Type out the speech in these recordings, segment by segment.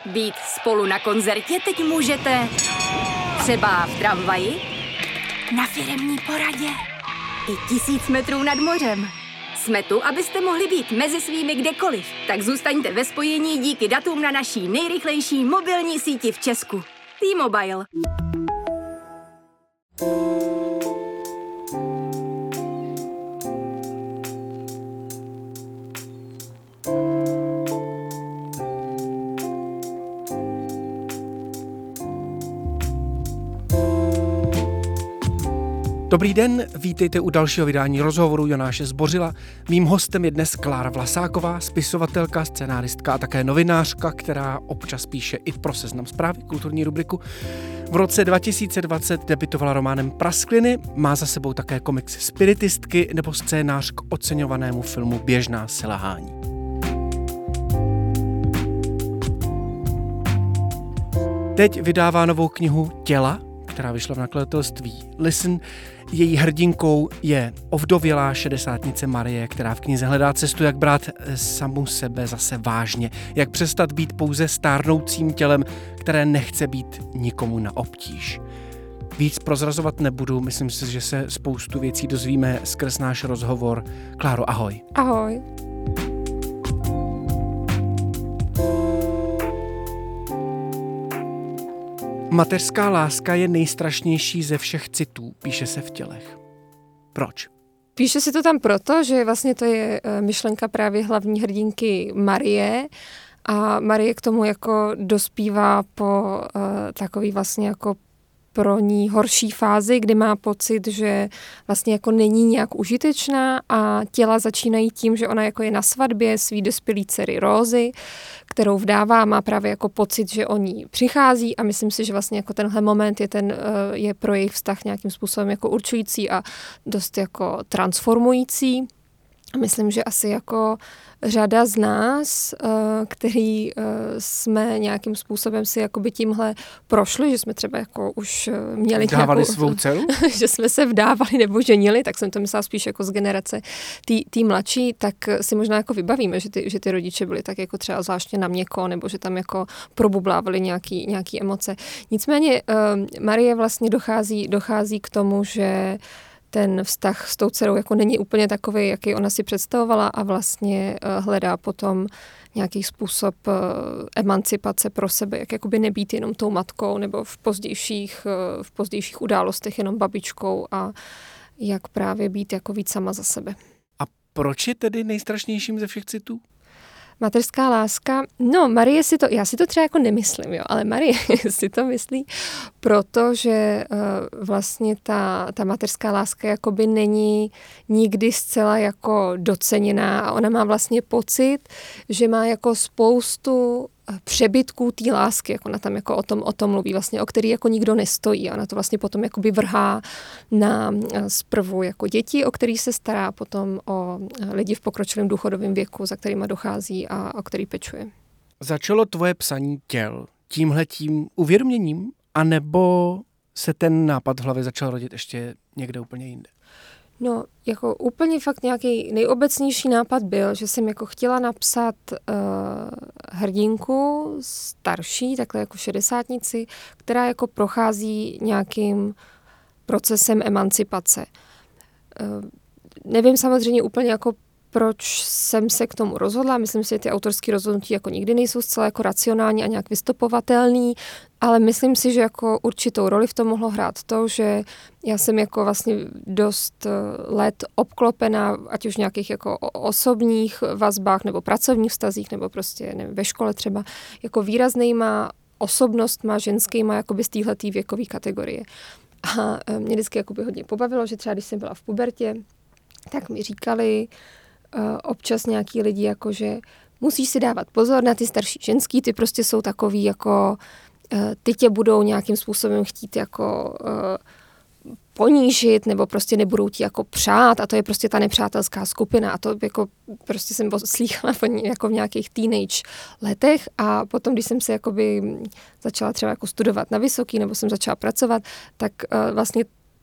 Být spolu na koncertě teď můžete třeba v tramvaji, na firemní poradě i 1000 metrů nad mořem. Jsme tu, abyste mohli být mezi svými kdekoliv. Tak zůstaňte ve spojení díky datům na naší nejrychlejší mobilní síti v Česku. T-Mobile. Dobrý den, vítejte u dalšího vydání rozhovoru Jonáše Zbořila. Mým hostem je dnes Klára Vlasáková, spisovatelka, scenáristka a také novinářka, která občas píše i pro Seznam Zprávy, kulturní rubriku. V roce 2020 debutovala románem Praskliny, má za sebou také komiks Spiritistky nebo scénář k oceňovanému filmu Běžná selhání. Teď vydává novou knihu Těla, která vyšla v nakladatelství Listen. Její hrdinkou je ovdovělá šedesátnice Marie, která v knize hledá cestu, jak brát samu sebe zase vážně, jak přestat být pouze stárnoucím tělem, které nechce být nikomu na obtíž. Víc prozrazovat nebudu, myslím si, že se spoustu věcí dozvíme skrz náš rozhovor. Kláro, ahoj. Ahoj. Mateřská láska je nejstrašnější ze všech citů, píše se v Tělech. Proč? Píše si to tam proto, že vlastně to je myšlenka právě hlavní hrdinky Marie a Marie k tomu jako dospívá po takový vlastně jako pro ní horší fázi, kdy má pocit, že vlastně jako není nějak užitečná a těla začínají tím, že ona jako je na svatbě svý dospělý dcery Rózy, kterou vdává, má právě jako pocit, že o ní přichází a myslím si, že vlastně jako tenhle moment je pro jejich vztah nějakým způsobem jako určující a dost jako transformující. Myslím, že asi jako řada z nás, který jsme nějakým způsobem si jakoby tímhle prošli, že jsme třeba jako už měli vdávali svou dceru? Že jsme se vdávali nebo ženili, tak jsem to myslela spíš jako z generace tý mladší, tak si možná jako vybavíme, že ty rodiče byli tak jako třeba zvláštně na měkko, nebo že tam jako probublávali nějaký emoce. Nicméně Marie vlastně dochází k tomu, že ten vztah s tou dcerou jako není úplně takový, jaký ona si představovala a vlastně hledá potom nějaký způsob emancipace pro sebe, jak jakoby nebýt jenom tou matkou nebo v pozdějších událostech jenom babičkou a jak právě být jako víc sama za sebe. A proč je tedy nejstrašnějším ze všech citů? Mateřská láska, no Marie já si to třeba jako nemyslím, jo, ale Marie si to myslí, protože vlastně ta mateřská láska jakoby není nikdy zcela jako doceněná a ona má vlastně pocit, že má jako spoustu přebytků té lásky, jako ona tam jako o tom mluví, vlastně, o který jako nikdo nestojí. A ona to vlastně potom jakoby vrhá na zprvu jako děti, o který se stará, potom o lidi v pokročilém důchodovém věku, za kterýma dochází a o který pečuje. Začalo tvoje psaní Těl tímhletím uvědoměním, anebo se ten nápad v hlavě začal rodit ještě někde úplně jinde? No, jako úplně fakt nějaký nejobecnější nápad byl, že jsem jako chtěla napsat hrdinku starší, takhle jako šedesátnici, která jako prochází nějakým procesem emancipace. Nevím samozřejmě úplně jako proč jsem se k tomu rozhodla. Myslím si, že ty autorské rozhodnutí jako nikdy nejsou zcela jako racionální a nějak vystopovatelný, ale myslím si, že jako určitou roli v tom mohlo hrát to, že já jsem jako vlastně dost let obklopená, ať už v nějakých jako osobních vazbách nebo pracovních vztazích, nebo prostě nevím, ve škole třeba, jako výraznýma osobnostma ženskýma jakoby z téhletý věkové kategorie. A mě vždycky jakoby hodně pobavilo, že třeba když jsem byla v pubertě, tak mi říkali občas nějaký lidi, jako že musíš si dávat pozor na ty starší ženský, ty prostě jsou takový jako, ty tě budou nějakým způsobem chtít jako ponížit, nebo prostě nebudou ti jako přát a to je prostě ta nepřátelská skupina a to jako prostě jsem slýchala jako v nějakých teenage letech a potom, když jsem se jakoby začala třeba jako studovat na vysoký nebo jsem začala pracovat, tak vlastně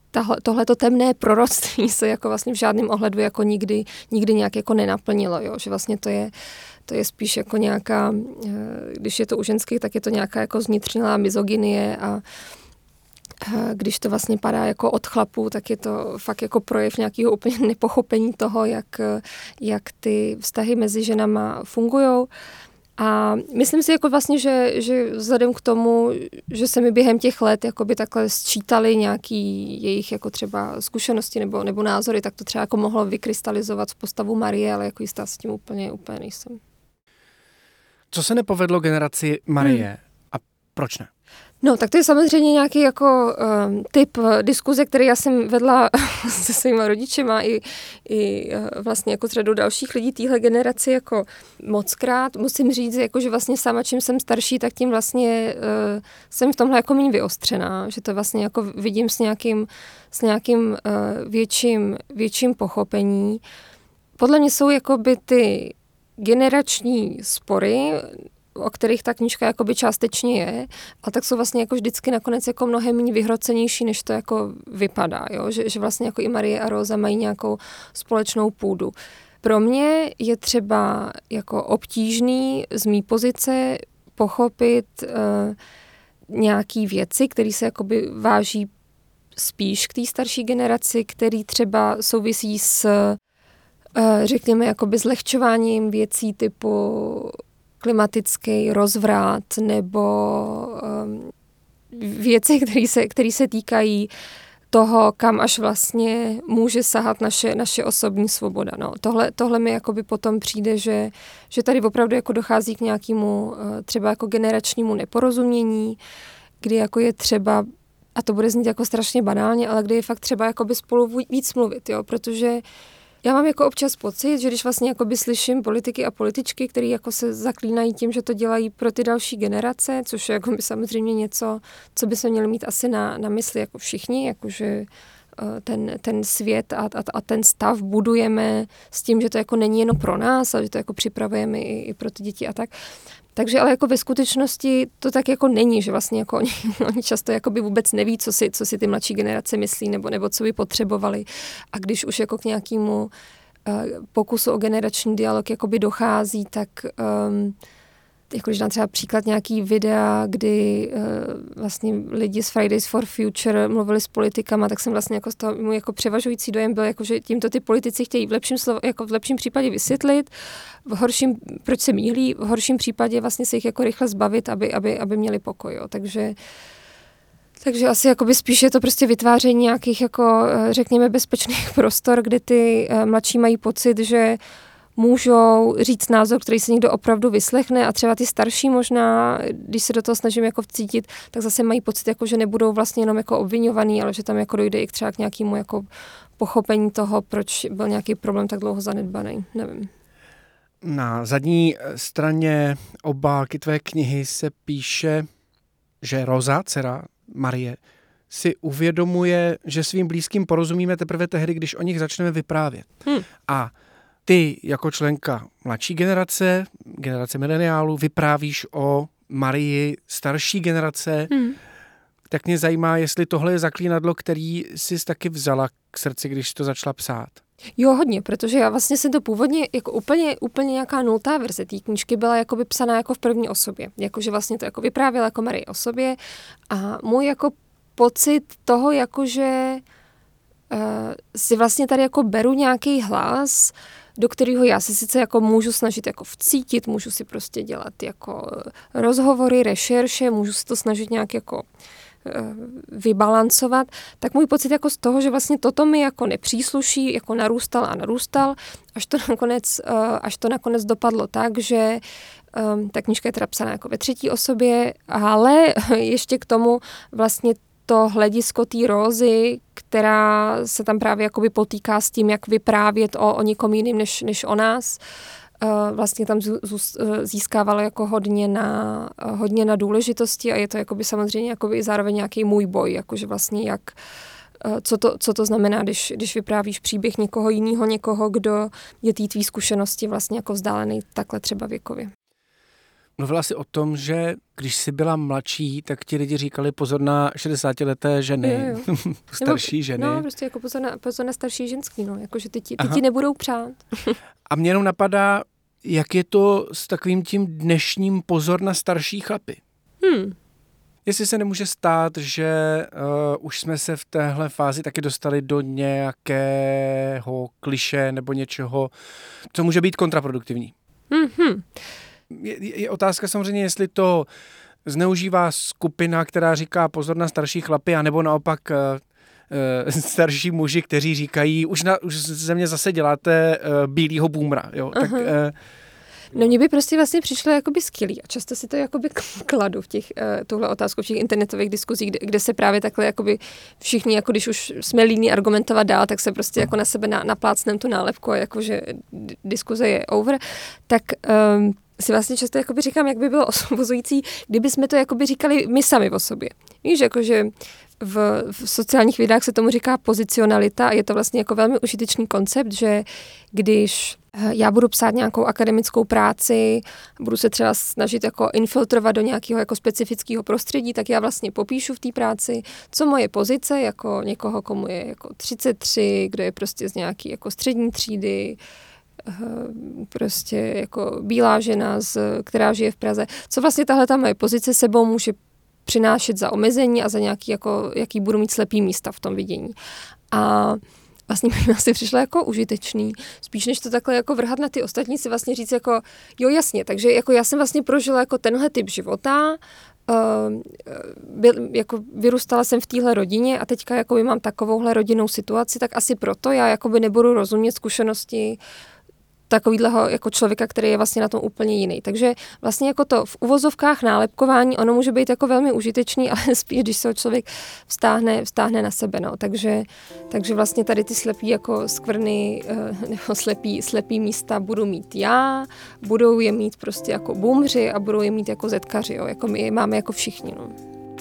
tohleto temné proroctví se jako vlastně v žádném ohledu jako nikdy nějak jako nenaplnilo, jo? Že vlastně to je spíš jako nějaká, když je to u ženských, tak je to nějaká jako zvnitřnělá mizogynie a když to vlastně padá jako od chlapů, tak je to fakt jako projev nějakého úplně nepochopení toho, jak ty vztahy mezi ženama fungujou. A myslím si jako vlastně, že vzhledem k tomu, že se mi během těch let jakoby takhle sčítali nějaký jejich jako třeba zkušenosti nebo názory, tak to třeba jako mohlo vykrystalizovat v postavu Marie, ale jako jistá s tím úplně nejsem. Co se nepovedlo generaci Marie a proč ne? No, tak to je samozřejmě nějaký jako typ diskuze, který já jsem vedla se svýma rodičema i vlastně jako s řadou dalších lidí téhle generaci jako mockrát. Musím říct, jako, že vlastně sama, čím jsem starší, tak tím vlastně jsem v tomhle jako méně vyostřená, že to vlastně jako vidím s nějakým větším pochopení. Podle mě jsou jakoby ty generační spory, o kterých ta knížka jakoby částečně je, a tak jsou vlastně jako vždycky nakonec jako mnohem méně vyhrocenější, než to jako vypadá, jo? Že vlastně jako i Marie a Rosa mají nějakou společnou půdu. Pro mě je třeba jako obtížný z mý pozice pochopit nějaký věci, které se jakoby váží spíš k té starší generaci, který třeba souvisí s řekněme jakoby zlehčováním věcí typu klimatický rozvrat nebo věci, které se týkají toho, kam až vlastně může sahat naše osobní svoboda. No, tohle mi jakoby potom přijde, že tady opravdu jako dochází k nějakému třeba jako generačnímu neporozumění, kdy jako je třeba, a to bude znít jako strašně banálně, ale kdy je fakt třeba jakoby spolu víc mluvit, jo, protože já mám jako občas pocit, že když vlastně jakoby slyším politiky a političky, který jako se zaklínají tím, že to dělají pro ty další generace, což je jako by samozřejmě něco, co by se měli mít asi na mysli jako všichni, jakože ten svět a ten stav budujeme s tím, že to jako není jenom pro nás, ale že to jako připravujeme i pro ty děti a tak. Takže ale jako ve skutečnosti to tak jako není, že vlastně jako oni často jakoby vůbec neví, co si ty mladší generace myslí nebo co by potřebovali. A když už jako k nějakému pokusu o generační dialog jakoby dochází, tak jako když dám třeba příklad nějaký videa, kdy vlastně lidi z Fridays for Future mluvili s politikama, tak jsem vlastně jako z toho můj jako převažující dojem byl, jako, že tímto ty politici chtějí v lepším případě vysvětlit, v horším, proč se mýlí, v horším případě vlastně se jich jako rychle zbavit, aby měli pokoj. Jo. Takže asi jakoby spíš je to prostě vytváření nějakých jako řekněme bezpečných prostor, kde ty mladší mají pocit, že můžou říct názor, který se někdo opravdu vyslechne, a třeba ty starší možná, když se do toho snažím jako vcítit, tak zase mají pocit, jako, že nebudou vlastně jenom jako obviňovaný, ale že tam jako dojde i třeba k nějakému jako pochopení toho, proč byl nějaký problém tak dlouho zanedbaný. Nevím. Na zadní straně obálky tvé knihy se píše, že Rosa, dcera Marie, si uvědomuje, že svým blízkým porozumíme teprve tehdy, když o nich začneme vyprávět. A ty jako členka mladší generace mileniálů, vyprávíš o Marii starší generace, tak mě zajímá, jestli tohle je zaklínadlo, který jsi taky vzala k srdci, když to začala psát. Jo, hodně, protože já vlastně jsem to původně jako úplně nějaká nultá verze té knížky byla jakoby psaná jako v první osobě. Jakože vlastně to jako vyprávěla jako Marie o sobě a můj jako pocit toho, jakože si vlastně tady jako beru nějaký hlas, do kterého já si sice jako můžu snažit jako vcítit, můžu si prostě dělat jako rozhovory, rešerše, můžu si to snažit nějak jako vybalancovat, tak můj pocit jako z toho, že vlastně toto mi jako nepřísluší, jako narůstal, až to nakonec dopadlo tak, že ta knížka je teda psaná jako ve třetí osobě, ale ještě k tomu vlastně to hledisko té Rózy, která se tam právě jakoby potýká s tím, jak vyprávět o někom jiným než o nás, vlastně tam získávalo jako hodně na důležitosti a je to jakoby samozřejmě jakoby zároveň nějaký můj boj, jakože vlastně co to znamená, když vyprávíš příběh někoho jiného, někoho, kdo je tvý zkušenosti vlastně jako vzdálený takhle třeba věkově. Mluvila jsi o tom, že když jsi byla mladší, tak ti lidi říkali pozor na 60leté ženy, Jo. starší ženy. No, prostě jako pozor na starší ženský, no, jakože ty ti nebudou přát. A mě jenom napadá, jak je to s takovým tím dnešním pozor na starší chlapy. Jestli se nemůže stát, že už jsme se v téhle fázi taky dostali do nějakého klišé nebo něčeho, co může být kontraproduktivní. Je otázka samozřejmě, jestli to zneužívá skupina, která říká pozor na starší chlapy, anebo naopak starší muži, kteří říkají, už ze mě zase děláte bílýho boomera. Jo? Tak, no mně by prostě vlastně přišlo jakoby skvělý a často si to jakoby kladu v těch, tuhle otázku v těch internetových diskuzích, kde se právě takhle jakoby všichni, jako když už jsme líní argumentovat dál, tak se prostě jako na sebe naplácnem tu nálepku a jakože diskuze je over, tak si vlastně často jakoby říkám, jak by bylo osvobozující, kdyby jsme to jakoby říkali my sami o sobě. Víš, jakože v sociálních videách se tomu říká pozicionalita a je to vlastně jako velmi užitečný koncept, že když já budu psát nějakou akademickou práci, budu se třeba snažit jako infiltrovat do nějakého jako specifického prostředí, tak já vlastně popíšu v té práci, co moje pozice jako někoho, komu je jako 33, kdo je prostě z nějaký jako střední třídy, prostě jako bílá žena, která žije v Praze. Co vlastně tahle ta moje pozice sebou může přinášet za omezení a za nějaký, jako, jaký budu mít slepý místa v tom vidění. A vlastně mi asi přišlo jako užitečný. Spíš než to takhle jako vrhat na ty ostatní, si vlastně říct jako, jo jasně, takže jako já jsem vlastně prožila jako tenhle typ života, jako vyrůstala jsem v téhle rodině a teďka jako mám takovouhle rodinnou situaci, tak asi proto já jakoby nebudu rozumět zkušenosti takovýhleho jako člověka, který je vlastně na tom úplně jiný. Takže vlastně jako to v uvozovkách nálepkování, ono může být jako velmi užitečný, ale spíš, když se člověk vztáhne na sebe. No. Takže vlastně tady ty slepý jako skvrny nebo slepý místa budu mít já, budou je mít prostě jako boomři a budou je mít jako zetkaři, jo. Jako my je máme jako všichni. No.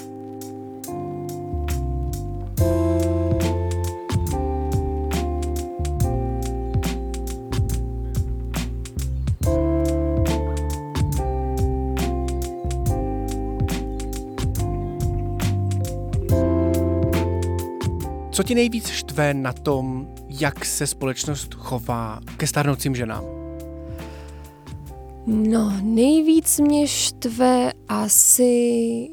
Co ti nejvíc štve na tom, jak se společnost chová ke stárnoucím ženám? No, nejvíc mě štve asi,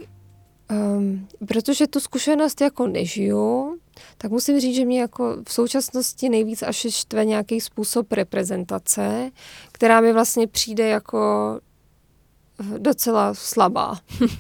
protože tu zkušenost jako nežiju, tak musím říct, že mě jako v současnosti nejvíc až štve nějaký způsob reprezentace, která mi vlastně přijde jako docela slabá.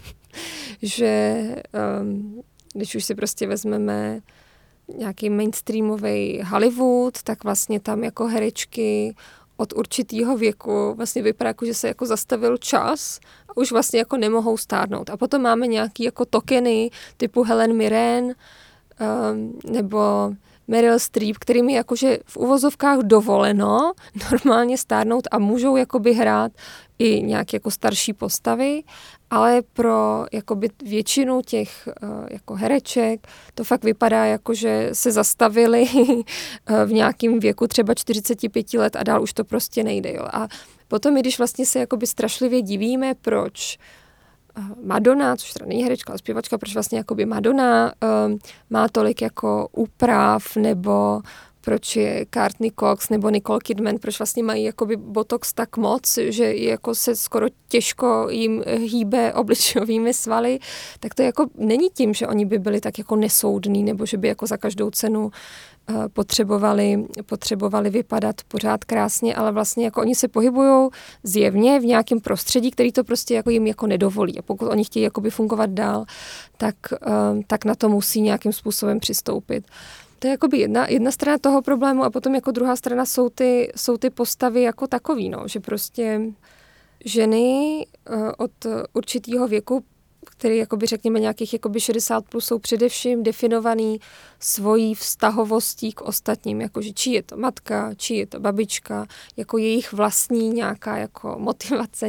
Že když už si prostě vezmeme nějaký mainstreamový Hollywood, tak vlastně tam jako herečky od určitého věku vlastně vypadá jako, že se jako zastavil čas a už vlastně jako nemohou stárnout. A potom máme nějaký jako tokeny typu Helen Mirren nebo Meryl Streep, kterými jakože v uvozovkách dovoleno normálně stárnout a můžou jakoby hrát i nějaké jako starší postavy, ale pro jakoby většinu těch jako hereček to fakt vypadá jako, že se zastavili v nějakém věku třeba 45 let a dál už to prostě nejde. Jo. A potom, i když vlastně se jakoby strašlivě divíme, proč Madonna, což teda není herečka, ale zpěvačka, proč vlastně jakoby Madonna má tolik jako úprav, nebo proč je Courtney Cox nebo Nicole Kidman, proč vlastně mají jakoby botox tak moc, že jako se skoro těžko jim hýbe obličejovými svaly, tak to jako není tím, že oni by byli tak jako nesoudní, nebo že by jako za každou cenu potřebovali vypadat pořád krásně, ale vlastně jako oni se pohybujou zjevně v nějakém prostředí, který to prostě jako jim jako nedovolí. A pokud oni chtějí jakoby fungovat dál, tak na to musí nějakým způsobem přistoupit. To je jakoby jedna strana toho problému a potom jako druhá strana jsou ty postavy jako takový, no, že prostě ženy od určitého věku, který jakoby řekněme nějakých jakoby 60 plus, jsou především definovaný svojí vztahovostí k ostatním, jakože či je to matka, či je to babička, jako jejich vlastní nějaká jako motivace,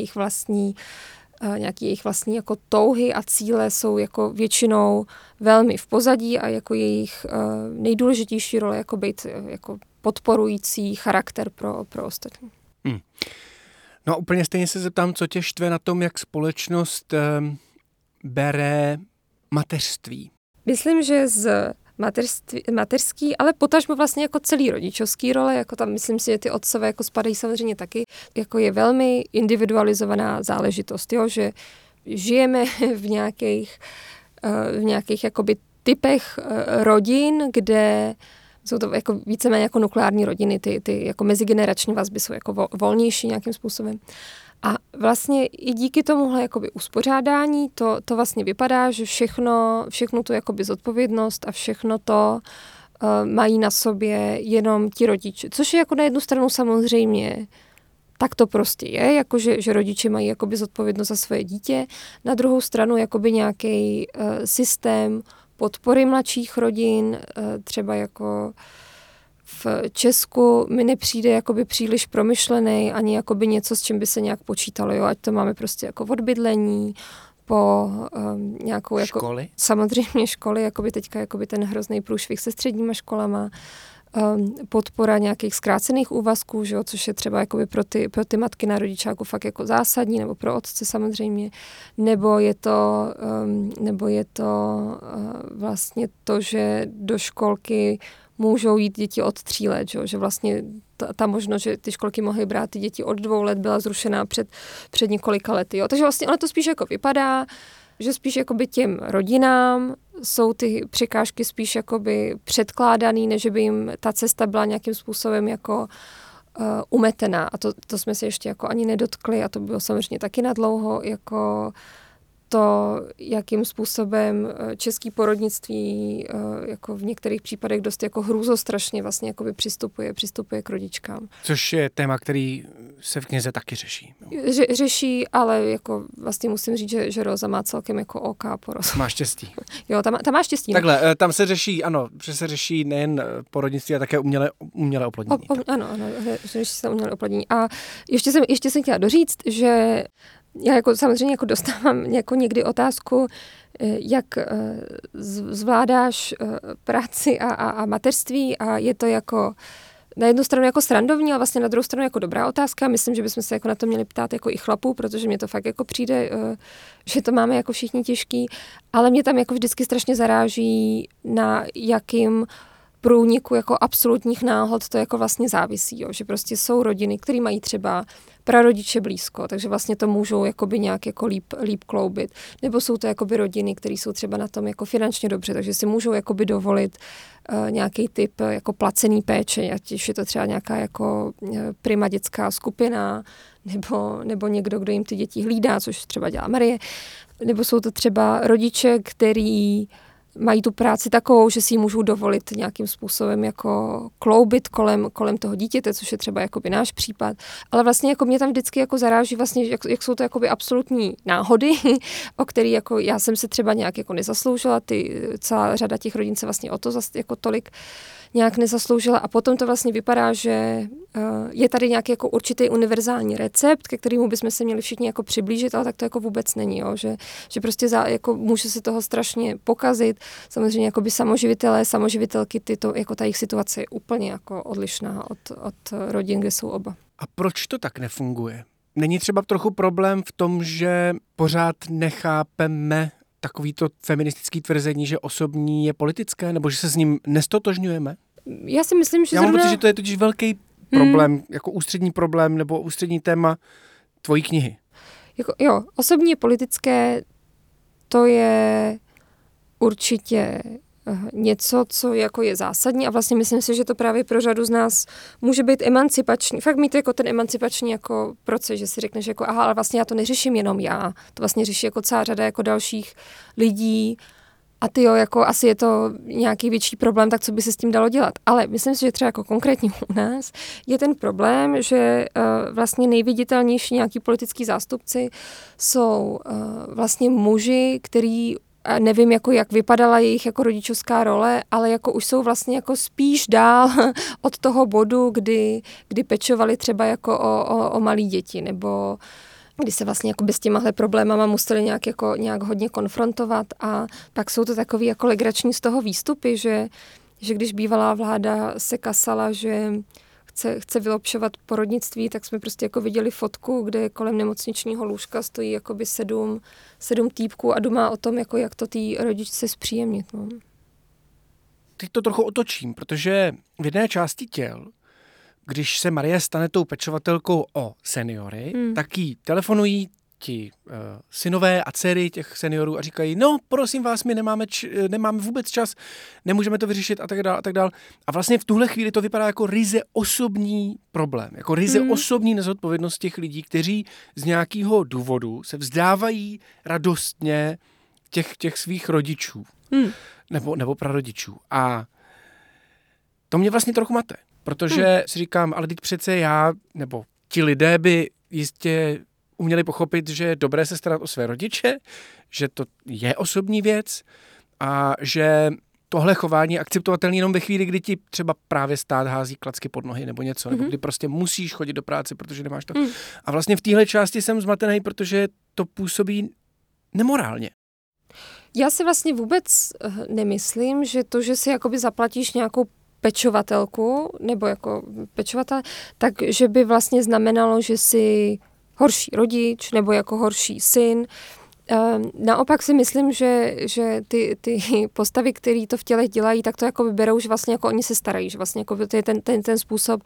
nějaký jejich vlastní jako touhy a cíle jsou jako většinou velmi v pozadí a jako jejich nejdůležitější role jako být jako podporující charakter pro ostatní. No a úplně stejně se zeptám, co tě štve na tom, jak společnost bere mateřství. Myslím, že z mateřský, ale potažmo vlastně jako celý rodičovský role, jako tam myslím si, že ty otcové jako spadají samozřejmě taky, jako je velmi individualizovaná záležitost, jo, že žijeme v nějakých jakoby typech rodin, kde jsou to jako víceméně jako nukleární rodiny, ty jako mezigenerační vazby jsou jako volnější nějakým způsobem. A vlastně i díky tomuhle jakoby uspořádání to vlastně vypadá, že všechno tu jakoby zodpovědnost a všechno to mají na sobě jenom ti rodiče. Což je jako na jednu stranu samozřejmě tak to prostě je, jakože že rodiče mají jakoby zodpovědnost za svoje dítě. Na druhou stranu jakoby nějaký systém podpory mladších rodin, třeba jako v Česku mi nepřijde jakoby příliš promyšlený, ani jakoby něco, s čím by se nějak počítalo, jo, ať to máme prostě jako od bydlení, po nějakou jako... Školy? Samozřejmě školy, jakoby teďka jakoby ten hrozný průšvih se středníma školama, podpora nějakých zkrácených úvazků, že jo, což je třeba jakoby pro ty matky na rodičáku fakt jako zásadní, nebo pro otce samozřejmě, nebo je to vlastně to, že do školky můžou jít děti od 3 let, že vlastně ta možnost, že ty školky mohly brát ty děti od 2 let, byla zrušená před několika lety. Jo. Takže vlastně ono to spíš jako vypadá, že spíš jakoby těm rodinám jsou ty překážky spíš jakoby předkládaný, než by jim ta cesta byla nějakým způsobem jako umetená. A to jsme se ještě jako ani nedotkli a to bylo samozřejmě taky nadlouho jako to, jakým způsobem český porodnictví jako v některých případech dost jako hrůzostrašně vlastně jakoby přistupuje k rodičkám. Což je téma, který se v knize taky řeší. Řeší, ale jako vlastně musím říct, že Rosa má celkem jako OK porod. Má štěstí. Jo, tam má štěstí. Takhle, tam se řeší, ano, že se řeší nejen porodnictví, ale také umělé oplodnění. Ano, řeší se umělé oplodnění. A ještě jsem chtěla doříct, že já jako samozřejmě jako dostávám jako někdy otázku, jak zvládáš práci a mateřství a je to jako na jednu stranu jako srandovní, ale vlastně na druhou stranu jako dobrá otázka. Myslím, že bychom se jako na to měli ptát jako i chlapů, protože mě to fakt jako přijde, že to máme jako všichni těžký, ale mě tam jako vždycky strašně zaráží, na jakým průniku jako absolutních náhod to jako vlastně závisí, jo? Že prostě jsou rodiny, které mají třeba prarodiče blízko, takže vlastně to můžou jakoby nějak jako líp kloubit. Nebo jsou to jakoby rodiny, které jsou třeba na tom jako finančně dobře, takže si můžou jakoby dovolit nějaký typ jako placený péče, ať je to třeba nějaká jako prima dětská skupina, nebo někdo, kdo jim ty děti hlídá, což třeba dělá Marie. Nebo jsou to třeba rodiče, který mají tu práci takovou, že si ji můžou dovolit nějakým způsobem jako kloubit kolem toho dítěte, což je třeba jakoby náš případ. Ale vlastně jako mě tam vždycky jako zaráží vlastně, jak jsou to jakoby absolutní náhody, o který jako já jsem se třeba nějak jako nezasloužila, celá řada těch rodin se vlastně o to jako tolik nějak nezasloužila a potom to vlastně vypadá, že je tady nějaký jako určitý univerzální recept, ke kterému bychom se měli všichni jako přiblížit, ale tak to jako vůbec není, jo? Že prostě jako může se toho strašně pokazit. Samozřejmě jako by samoživitelky, jako ta jejich situace je úplně jako odlišná od rodin, kde jsou oba. A proč to tak nefunguje? Není třeba trochu problém v tom, že pořád nechápeme takovýto feministický tvrzení, že osobní je politické, nebo že se s ním nestotožňujeme? Já si myslím, že Já mám pocit, že to je totiž velký problém, jako ústřední problém nebo ústřední téma tvojí knihy. Jo, osobní je politické, to je určitě něco, co jako je zásadní a vlastně myslím si, že to právě pro řadu z nás může být emancipační. Fakt mít jako ten emancipační jako proces, že si řekneš jako aha, ale vlastně já to neřeším jenom já, to vlastně řeší jako celá řada jako dalších lidí a ty jo, jako asi je to nějaký větší problém, tak co by se s tím dalo dělat. Ale myslím si, že třeba jako konkrétně u nás je ten problém, že vlastně nejviditelnější nějaký politický zástupci jsou vlastně muži, který nevím, jako jak vypadala jejich jako rodičovská role, ale jako už jsou vlastně jako spíš dál od toho bodu, kdy pečovali třeba jako o malý děti, nebo kdy se vlastně jako s těmahle problémama museli nějak hodně konfrontovat a pak jsou to takový jako legrační z toho výstupy, že když bývalá vláda se kasala, že chce vylepšovat porodnictví, tak jsme prostě jako viděli fotku, kde kolem nemocničního lůžka stojí jakoby 7 týpků a dumá o tom, jako jak to té rodičce zpříjemnit. No. Teď to trochu otočím, protože v jedné části těl, když se Marie stane tou pečovatelkou o seniory, tak jí telefonují ti synové a dcery těch seniorů a říkají, no prosím vás, my nemáme vůbec čas, nemůžeme to vyřešit a tak dále a tak dále. A vlastně v tuhle chvíli to vypadá jako ryze osobní problém, jako ryze osobní nezodpovědnost těch lidí, kteří z nějakého důvodu se vzdávají radostně těch svých rodičů nebo prarodičů. A to mě vlastně trochu mate, protože si říkám, ale teď přece já nebo ti lidé by jistě uměli pochopit, že je dobré se starat o své rodiče, že to je osobní věc a že tohle chování je akceptovatelné jenom ve chvíli, kdy ti třeba právě stát hází klacky pod nohy nebo něco, nebo kdy prostě musíš chodit do práce, protože nemáš to. A vlastně v téhle části jsem zmatený, protože to působí nemorálně. Já si vlastně vůbec nemyslím, že to, že si jakoby zaplatíš nějakou pečovatelku nebo jako pečovatel, takže by vlastně znamenalo, že si horší rodič nebo jako horší syn. Naopak si myslím, že ty postavy, které to v těle dělají, tak to jako by berou, že vlastně jako oni se starají, že vlastně jako to je ten způsob,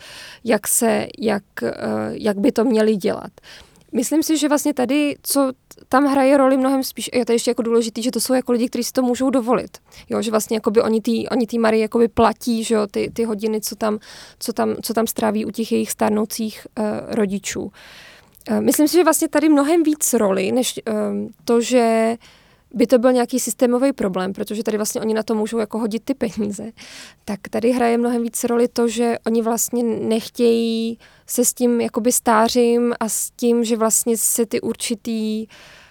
jak by to měli dělat. Myslím si, že vlastně tady, co tam hraje roli mnohem spíš, je to ještě jako důležitý, že to jsou jako lidi, kteří si to můžou dovolit. Jo, že vlastně jakoby oni tý Marii jakoby platí, že jo, ty hodiny, co tam stráví u těch jejich stárnoucích rodičů. Myslím si, že vlastně tady mnohem víc roli, než to, že by to byl nějaký systémový problém, protože tady vlastně oni na to můžou jako hodit ty peníze, tak tady hraje mnohem víc roli to, že oni vlastně nechtějí se s tím jakoby stářím a s tím, že vlastně se ty určitý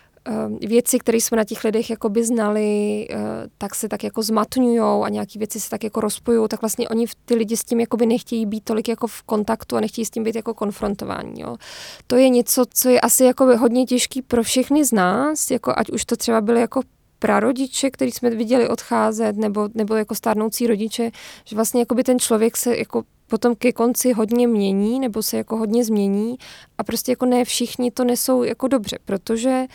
věci, které jsme na těch lidech jakoby znali, tak se tak jako zmatňujou a nějaký věci se tak jako rozpojují, tak vlastně oni ty lidi s tím jakoby nechtějí být tolik jako v kontaktu a nechtějí s tím být jako konfrontování. Jo. To je něco, co je asi jako hodně těžký pro všechny z nás, jako ať už to třeba byly jako prarodiče, který jsme viděli odcházet, nebo jako stárnoucí rodiče, že vlastně jakoby ten člověk se jako potom ke konci hodně mění, nebo se jako hodně změní a prostě jako ne všichni to nesou jako dobře, protože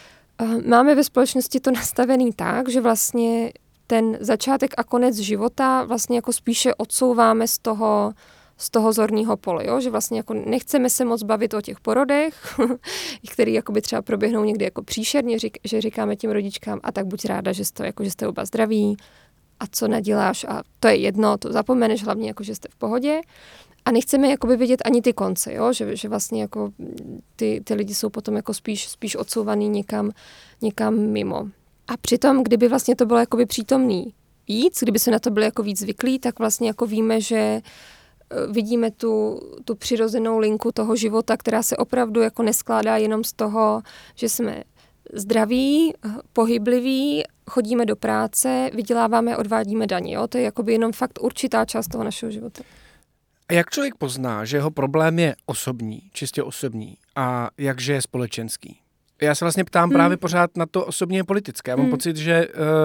máme ve společnosti to nastavený tak, že vlastně ten začátek a konec života vlastně jako spíše odsouváme z toho zorného pole, jo? Že vlastně jako nechceme se moc bavit o těch porodech, který jakoby třeba proběhnou někdy jako příšerně, že říkáme těm rodičkám a tak buď ráda, že jste oba zdraví a co naděláš a to je jedno, to zapomeneš, hlavně jako, že jste v pohodě. A nechceme jakoby vidět ani ty konce, jo? Že vlastně jako ty lidi jsou potom jako spíš odsouvaný někam mimo. A přitom, kdyby vlastně to bylo jakoby přítomný víc, kdyby se na to byli jako víc zvyklí, tak vlastně jako víme, že vidíme tu přirozenou linku toho života, která se opravdu jako neskládá jenom z toho, že jsme zdraví, pohybliví, chodíme do práce, vyděláváme, odvádíme daně. Jo? To je jakoby jenom fakt určitá část toho našeho života. A jak člověk pozná, že jeho problém je osobní, čistě osobní a jakže je společenský? Já se vlastně ptám právě pořád na to osobně politické. Já mám pocit, že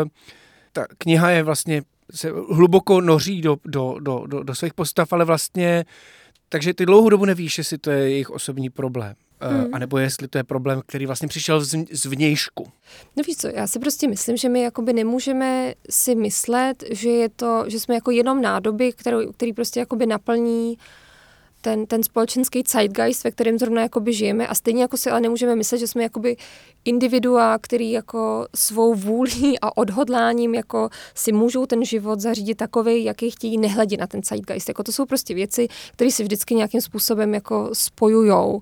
ta kniha je vlastně se hluboko noří do svých postav, ale vlastně takže ty dlouhou dobu nevíš, jestli to je jejich osobní problém. anebo jestli to je problém, který vlastně přišel z vnějšku. No víš co, já si prostě myslím, že my jakoby nemůžeme si myslet, že jsme jako jenom nádoby, který prostě jakoby naplní ten společenský zeitgeist, ve kterém zrovna jakoby žijeme, a stejně jako si ale nemůžeme myslet, že jsme jakoby individua, který jako svou vůlí a odhodláním jako si můžou ten život zařídit takovej, jaký chtějí, nehledě na ten zeitgeist. Jako to jsou prostě věci, které si vždycky nějakým způsobem jako spojujou.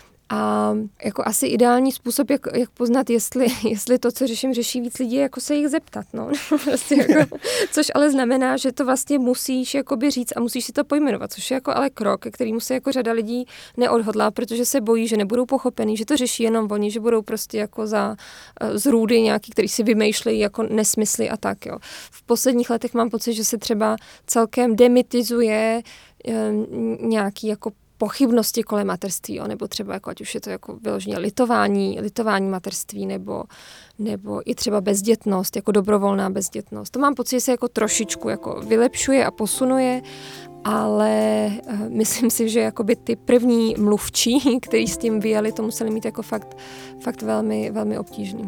A jako asi ideální způsob, jak poznat, jestli to, co řeší víc lidí, jako se jich zeptat, no. Vlastně jako, což ale znamená, že to vlastně musíš jakoby říct a musíš si to pojmenovat, což je jako ale krok, kterýmu se jako řada lidí neodhodlá, protože se bojí, že nebudou pochopený, že to řeší jenom oni, že budou prostě jako z růdy nějaký, který si vymýšlejí jako nesmysly a tak, jo. V posledních letech mám pocit, že se třeba celkem demitizuje nějaký jako pochybnosti kolem mateřství, jo, nebo třeba jako, ať už je to jako vyloženě litování mateřství, nebo i třeba bezdětnost, jako dobrovolná bezdětnost. To mám pocit, že se jako trošičku jako vylepšuje a posunuje, ale myslím si, že jakoby ty první mluvčí, kteří s tím vyjeli, to museli mít jako fakt velmi, velmi obtížný.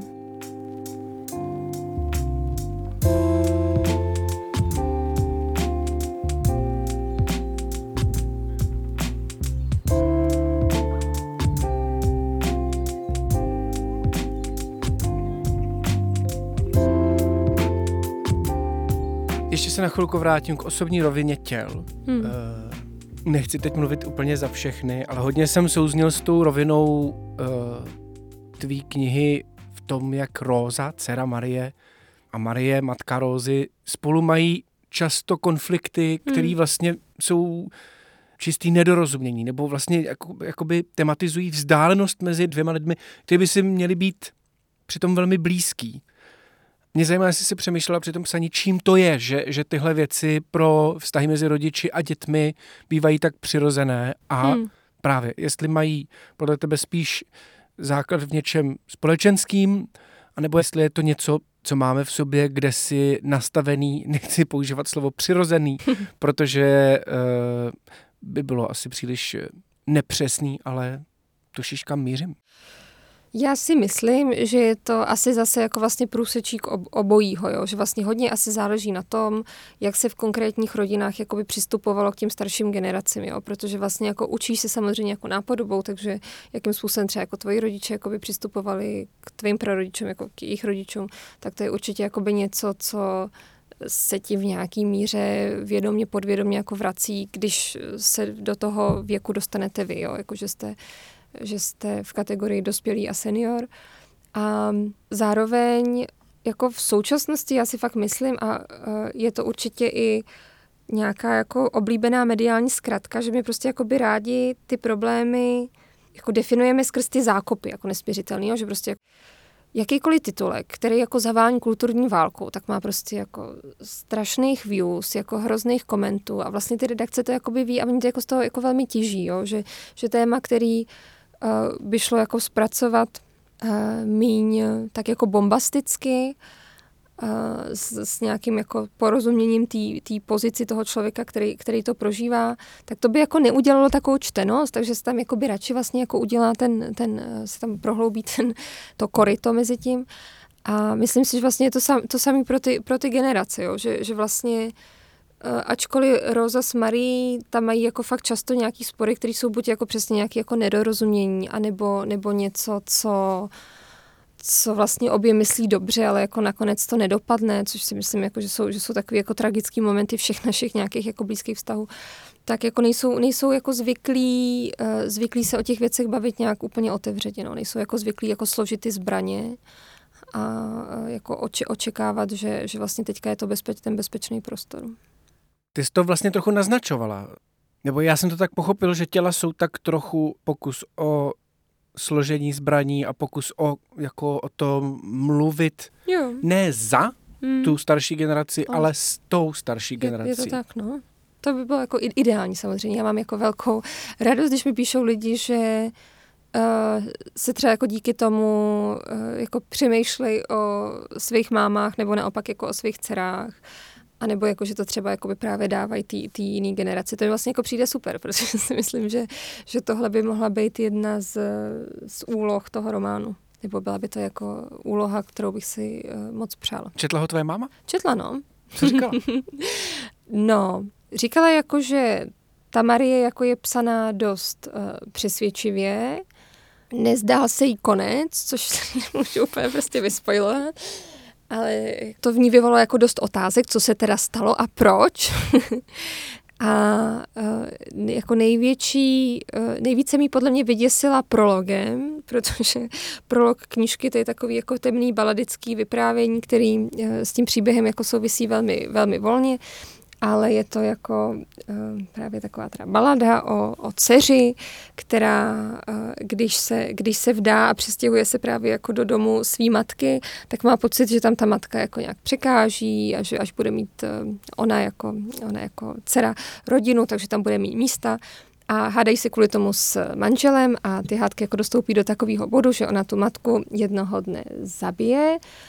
Ještě se na chvilku vrátím k osobní rovině těl. Nechci teď mluvit úplně za všechny, ale hodně jsem souznil s tou rovinou tvý knihy v tom, jak Róza, dcera Marie, a Marie, matka Rózy, spolu mají často konflikty, které vlastně jsou čistý nedorozumění, nebo vlastně jakoby tematizují vzdálenost mezi dvěma lidmi, kteří by si měli být přitom velmi blízký. Mě zajímá, jestli si přemýšlela při tom psaní, čím to je, že tyhle věci pro vztahy mezi rodiči a dětmi bývají tak přirozené a právě, jestli mají podle tebe spíš základ v něčem společenským, anebo jestli je to něco, co máme v sobě, kde si nastavený, nechci používat slovo přirozený, protože by bylo asi příliš nepřesný, ale tušíš, kam mířím? Já si myslím, že je to asi zase jako vlastně průsečík obojího, jo? Že vlastně hodně asi záleží na tom, jak se v konkrétních rodinách jakoby přistupovalo k těm starším generacím, jo? Protože vlastně jako učíš se samozřejmě jako nápodobou, takže jakým způsobem třeba jako tvoji rodiče jakoby přistupovali k tvým prarodičům, jako k jejich rodičům, tak to je určitě jakoby něco, co se ti v nějaký míře vědomě, podvědomě jako vrací, když se do toho věku dostanete vy, jo? Jako, že jste v kategorii dospělý a senior. A zároveň jako v současnosti já si fakt myslím, a je to určitě i nějaká jako oblíbená mediální zkratka, že my prostě jakoby rádi ty problémy jako definujeme skrz ty zákopy jako nesměřitelný, že prostě jakýkoliv titulek, který jako zavání kulturní válkou, tak má prostě jako strašných views, jako hrozných komentů a vlastně ty redakce to jakoby ví a oni to jako z toho jako velmi těží, jo? Že téma, který by šlo jako zpracovat míň tak jako bombasticky, s nějakým jako porozuměním té pozici toho člověka, který to prožívá, tak to by jako neudělalo takovou čtenost, takže se tam jako by radši vlastně jako udělá se tam prohloubí to koryto mezi tím. A myslím si, že vlastně je to samé pro ty generace, jo? Že vlastně ačkoliv Róza s Marií tam mají jako fakt často nějaký spory, které jsou buď jako přesně nějaké jako nedorozumění, nebo něco, co vlastně obě myslí dobře, ale jako nakonec to nedopadne, což si myslím, jako, že jsou takové jako tragické momenty všech našich nějakých jako blízkých vztahů, tak jako nejsou jako zvyklí se o těch věcech bavit nějak úplně otevřeně, no. Nejsou jako zvyklí jako složit ty zbraně a jako očekávat, že vlastně teďka je to ten bezpečný prostor. Ty jsi to vlastně trochu naznačovala. Nebo já jsem to tak pochopil, že těla jsou tak trochu pokus o složení zbraní a pokus o tom mluvit ne za tu starší generaci, ale s tou starší generací. Je to tak, no. To by bylo jako ideální samozřejmě. Já mám jako velkou radost, když mi píšou lidi, že se třeba jako díky tomu jako přemýšlej o svých mámách nebo naopak jako o svých dcerách. A nebo jako, že to třeba jakoby právě dávají ty jiný generaci. To mi vlastně jako přijde super, protože si myslím, že tohle by mohla být jedna z úloh toho románu. Nebo byla by to jako úloha, kterou bych si moc přála. Četla ho tvoje máma? Četla, no. Co říkala? No, říkala jako, že ta Marie jako je psaná dost přesvědčivě. Nezdál se jí konec, což můžu úplně prostě vyspoilovat. Ale to v ní vyvolalo jako dost otázek, co se teda stalo a proč. A jako nejvíce mi podle mě vyděsila prologem, protože prolog knížky to je takový jako temný baladický vyprávění, který s tím příběhem jako souvisí velmi, velmi volně, ale je to jako právě taková teda balada o dceři, která když se vdá a přestěhuje se právě jako do domu svý matky, tak má pocit, že tam ta matka jako nějak překáží a že až bude mít ona jako dcera rodinu, takže tam bude mít místa. A hádají se kvůli tomu s manželem a ty hádky jako dostoupí do takového bodu, že ona tu matku jednoho dne zabije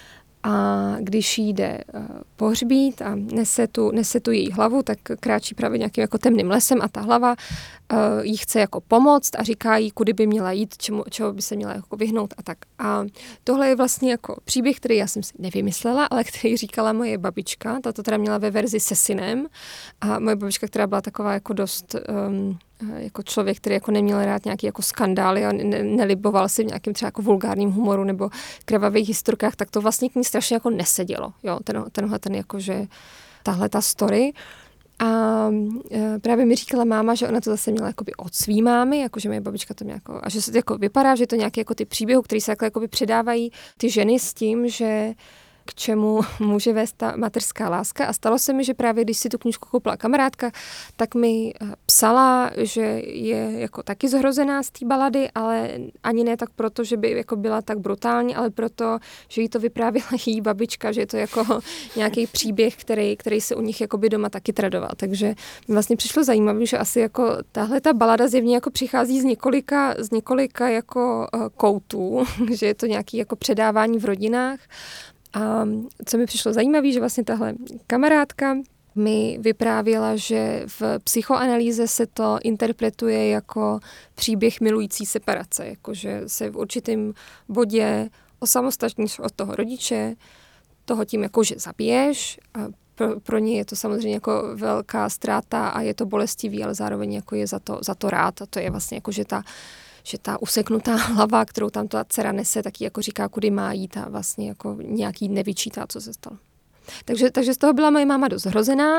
A když jí jde pohřbít a nese tu její hlavu, tak kráčí právě nějakým jako temným lesem a ta hlava jí chce jako pomoct a říká jí, kudy by měla jít, čeho by se měla jako vyhnout a tak. A tohle je vlastně jako příběh, který já jsem si nevymyslela, ale který říkala moje babička. Tato teda měla ve verzi se synem a moje babička, která byla taková jako dost jako člověk, který jako neměl rád nějaký jako skandály a neliboval si v nějakým třeba jako vulgárním humoru nebo krvavých historkách, tak to vlastně k ní strašně jako nesedělo. Jo, ten jakože tahle ta story. A právě mi říkala máma, že ona to zase měla jakoby od svý mámy, jakože moje babička to měla jako, a že se to jako vypadá, že to nějaké jako ty příběhy, které se takhle jakoby předávají ty ženy s tím, že k čemu může vést ta mateřská láska. A stalo se mi, že právě když si tu knížku koupila kamarádka, tak mi psala, že je jako taky zhrozená z té balady, ale ani ne tak proto, že by jako byla tak brutální, ale proto, že jí to vyprávěla její babička, že je to jako nějaký příběh, který se u nich jakoby doma taky tradoval. Takže mi vlastně přišlo zajímavé, že asi jako tahle ta balada zjevně jako přichází z několika jako koutů, že je to nějaký jako předávání v rodinách. A co mi přišlo zajímavé, že vlastně tahle kamarádka mi vyprávěla, že v psychoanalýze se to interpretuje jako příběh milující separace, jakože se v určitém bodě osamostatníš od toho rodiče, toho tím jako, že zabiješ. A pro ně je to samozřejmě jako velká ztráta a je to bolestivý, ale zároveň jako je za to rád. A to je vlastně jako, že ta useknutá hlava, kterou tam ta dcera nese, taky jako říká, kudy má jít a vlastně jako nějaký nevyčítá, co se stalo. Takže z toho byla moje máma dost hrozená,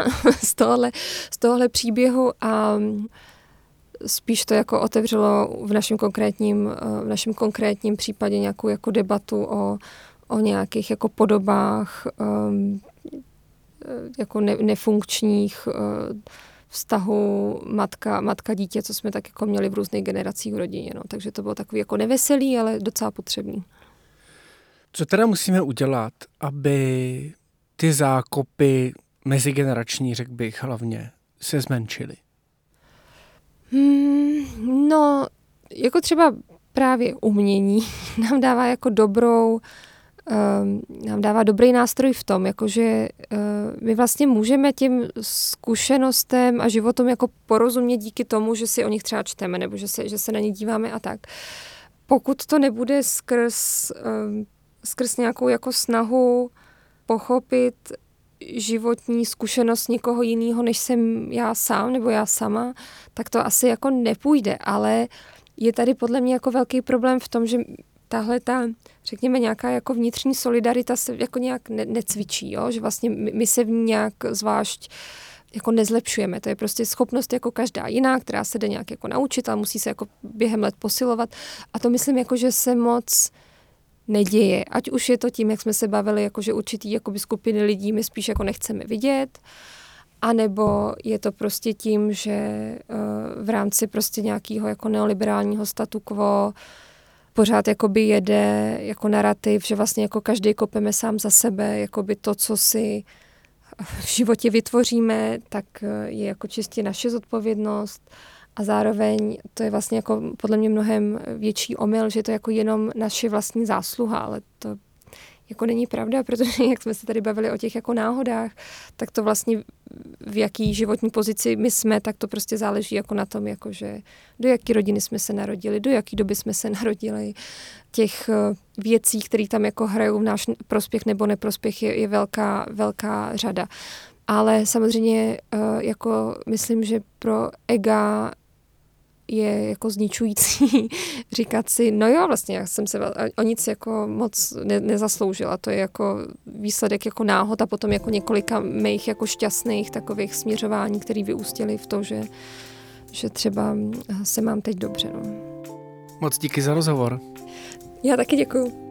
z tohohle příběhu a spíš to jako otevřelo v našem konkrétním případě nějakou jako debatu o nějakých jako podobách jako nefunkčních vztahu matka dítě, co jsme tak jako měli v různých generacích v rodině. No. Takže to bylo takový jako neveselý, ale docela potřebný. Co teda musíme udělat, aby ty zákopy mezigenerační, řekl bych hlavně, se zmenšily? No, jako třeba právě umění nám dává jako nám dává dobrý nástroj v tom, jakože my vlastně můžeme těm zkušenostem a životům jako porozumět díky tomu, že si o nich třeba čteme nebo že se na ně díváme a tak. Pokud to nebude skrz nějakou jako snahu pochopit životní zkušenost někoho jiného, než jsem já sám nebo já sama, tak to asi jako nepůjde, ale je tady podle mě jako velký problém v tom, že tahle řekněme, nějaká jako vnitřní solidarita se jako nějak necvičí, jo? Že vlastně my se v ní nějak zvlášť jako nezlepšujeme. To je prostě schopnost jako každá jiná, která se jde nějak jako naučit, ale musí se jako během let posilovat. A to myslím, jako, že se moc neděje. Ať už je to tím, jak jsme se bavili, jako, že určitý jakoby skupiny lidí my spíš jako nechceme vidět, anebo je to prostě tím, že v rámci prostě nějakého jako neoliberálního statu quo pořád jakoby jede jako narrativ, že vlastně jako každý kopeme sám za sebe, jakoby to, co si v životě vytvoříme, tak je jako čistě naše zodpovědnost a zároveň to je vlastně jako podle mě mnohem větší omyl, že to je jako jenom naše vlastní zásluha, ale to jako není pravda, protože jak jsme se tady bavili o těch jako náhodách, tak to vlastně v jaký životní pozici my jsme, tak to prostě záleží jako na tom, jakože do jaký rodiny jsme se narodili, do jaký doby jsme se narodili. Těch věcí, které tam jako hrajou v náš prospěch nebo neprospěch je velká řada. Ale samozřejmě jako myslím, že pro ega je jako zničující říkat si, no jo, vlastně já jsem se o nic jako moc nezasloužila. To je jako výsledek jako náhod a potom jako několika mých jako šťastných takových směřování, které vyústily v to, že třeba se mám teď dobře. No. Moc díky za rozhovor. Já taky děkuju.